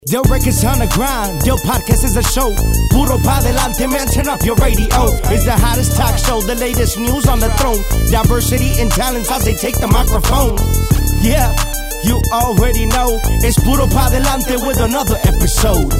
Del records on the grind, Del podcast is a show. Puro pa' delante, man, turn up your radio. It's the hottest talk show, the latest news on the throne. Diversity and talents as they take the microphone. Yeah, you already know. It's Puro pa' delante with another episode.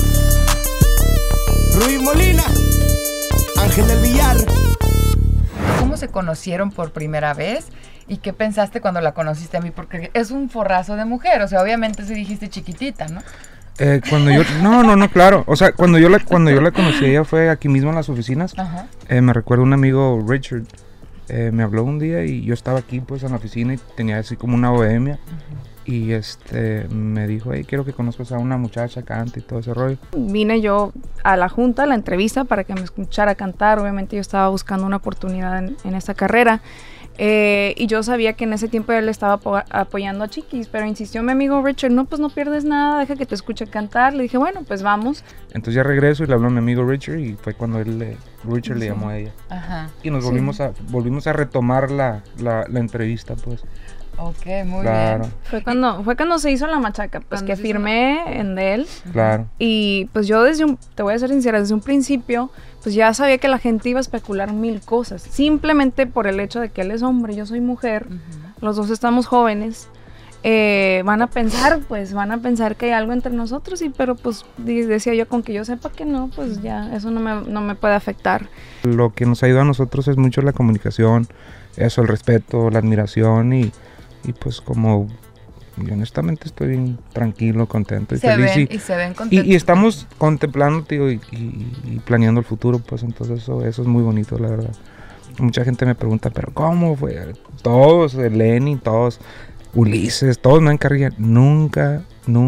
Ruiz Molina, Ángel del Villar. ¿Cómo se conocieron por primera vez? ¿Y qué pensaste cuando la conociste a mí? Porque es un forrazo de mujer, o sea, obviamente si dijiste chiquitita, ¿no? Cuando yo, no, claro, o sea, cuando yo la conocí, ella fue aquí mismo en las oficinas. Ajá. Me recuerdo un amigo, Richard, me habló un día y yo estaba aquí pues en la oficina y tenía así como una bohemia. Uh-huh. Y me dijo, hey, quiero que conozcas a una muchacha, cante y todo ese rollo. Vine yo a la junta, a la entrevista, para que me escuchara cantar. Obviamente yo estaba buscando una oportunidad en esta carrera. Y yo sabía que en ese tiempo él estaba apoyando a Chiquis, pero insistió mi amigo Richard, no, pues no pierdes nada, deja que te escuche cantar. Le dije, bueno, pues vamos. Entonces ya regreso y le habló a mi amigo Richard y fue cuando Richard le llamó a ella. Ajá. Y nos volvimos a retomar la entrevista, pues. Ok, muy claro. bien. Fue cuando se hizo la machaca, pues que firmé en él. Claro. Y pues yo te voy a ser sincera, desde un principio, pues ya sabía que la gente iba a especular mil cosas. Simplemente por el hecho de que él es hombre, yo soy mujer, uh-huh. Los dos estamos jóvenes. Van a pensar que hay algo entre nosotros, pero pues decía yo, con que yo sepa que no, pues ya, eso no me puede afectar. Lo que nos ayuda a nosotros es mucho la comunicación, eso, el respeto, la admiración y pues como yo honestamente estoy bien tranquilo, contento y feliz. Se ven contentos. Y estamos contemplando, tío, y planeando el futuro, pues entonces eso es muy bonito, la verdad. Mucha gente me pregunta, ¿pero cómo fue? Todos, Lenny, todos, Ulises, todos me encargan. Nunca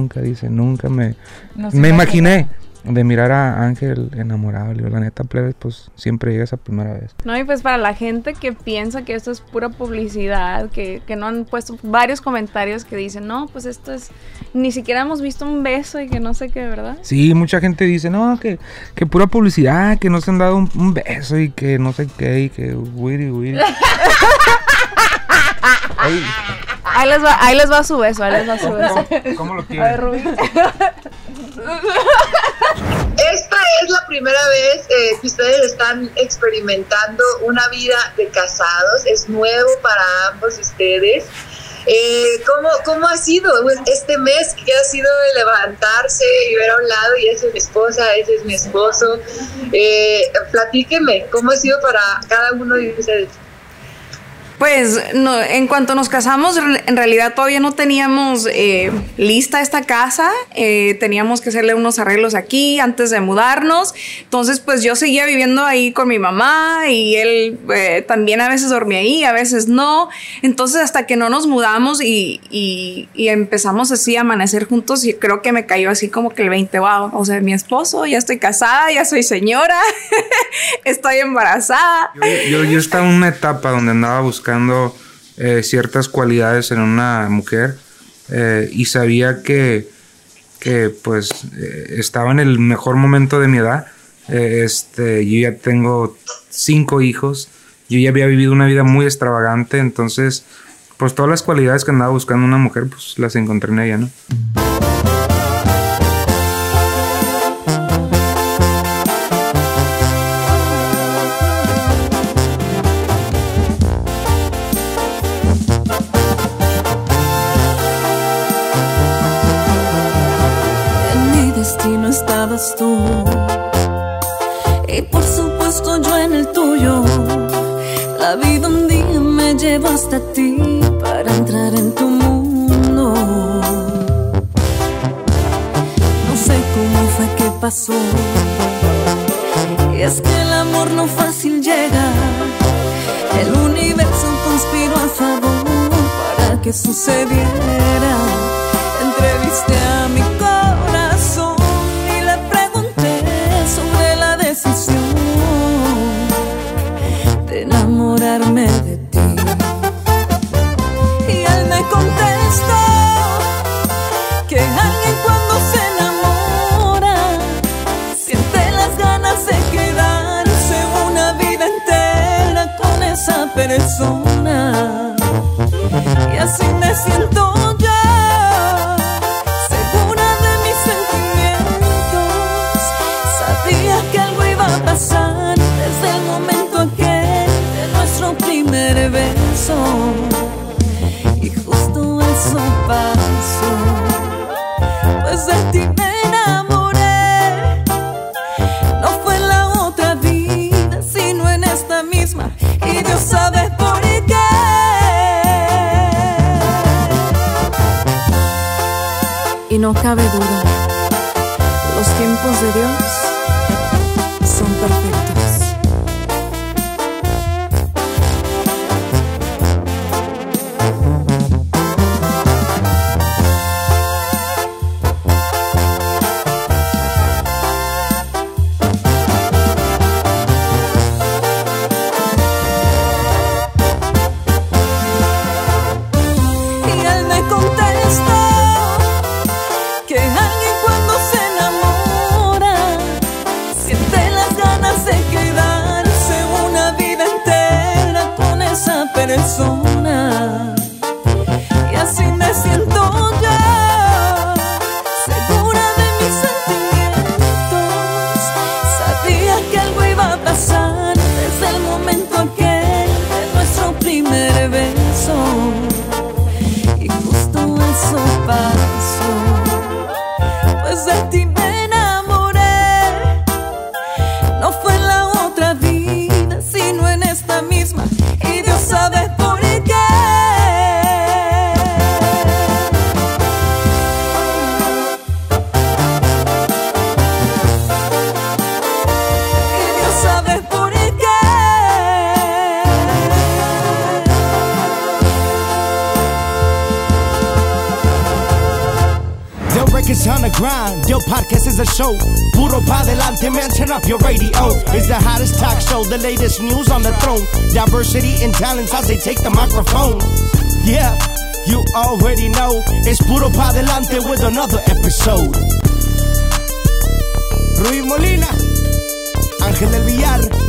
me imaginé de mirar a Ángel enamorado. Le digo, la neta, plebes, pues siempre llega esa primera vez. No, y pues para la gente que piensa que esto es pura publicidad, que no han puesto varios comentarios que dicen, no, pues esto es, ni siquiera hemos visto un beso y que no sé qué, ¿verdad? Sí, mucha gente dice, no, que pura publicidad, que no se han dado un beso y que no sé qué, y que wiri. Ahí les va su beso, ¿Cómo lo quieren? A ver, Rubí. Esta es la primera vez que ustedes están experimentando una vida de casados. Es nuevo para ambos ustedes. ¿Cómo ha sido este mes? ¿Qué ha sido de levantarse y ver a un lado y esa es mi esposa, ese es mi esposo? Platíquenme, ¿cómo ha sido para cada uno de ustedes? Pues no, en cuanto nos casamos, en realidad todavía no teníamos lista esta casa. Teníamos que hacerle unos arreglos aquí antes de mudarnos. Entonces, pues yo seguía viviendo ahí con mi mamá y él también a veces dormía ahí, a veces no. Entonces, hasta que no nos mudamos y empezamos así a amanecer juntos, y creo que me cayó así como que el 20, wow, o sea, mi esposo, ya estoy casada, ya soy señora, estoy embarazada. Yo estaba en una etapa donde andaba buscando ciertas cualidades en una mujer y sabía que pues estaba en el mejor momento de mi edad. Yo ya tengo 5 hijos, yo ya había vivido una vida muy extravagante, entonces pues todas las cualidades que andaba buscando una mujer pues las encontré en ella, ¿no? Estabas tú y por supuesto yo en el tuyo. La vida un día me llevó hasta ti para entrar en tu mundo. No sé cómo fue que pasó, y es que el amor no fácil llega. El universo conspiró a favor para que sucediera. Entrevisté a mi corazón y le pregunté sobre la decisión de enamorarme de ti. Y él me contestó que alguien cuando se enamora siente las ganas de quedarse una vida entera con esa persona. Y así me siento yo, segura de mis sentimientos. pues de ti me enamoré. No fue en la otra vida, sino en esta misma, y Dios sabe por qué. Y no cabe duda, los tiempos de Dios son perfectos. Persona, y así me siento yo, segura de mis sentimientos. Sabía que algo iba a pasar desde el momento aquel de nuestro primer beso, y justo eso pasó, pues de ti me enamoré. No fue en la otra vida, sino en esta misma, y Dios sabe por qué. Y Dios sabe por qué. Del records on the grind, Del Podcast is a show. Puro pa' delante, man, turn up your radio. It's the hottest talk show, the latest news on the throne. Diversity and talents as they take the microphone. Yeah, you already know. It's Puro pa' delante with another episode. Ruiz Molina, Ángel del Villar.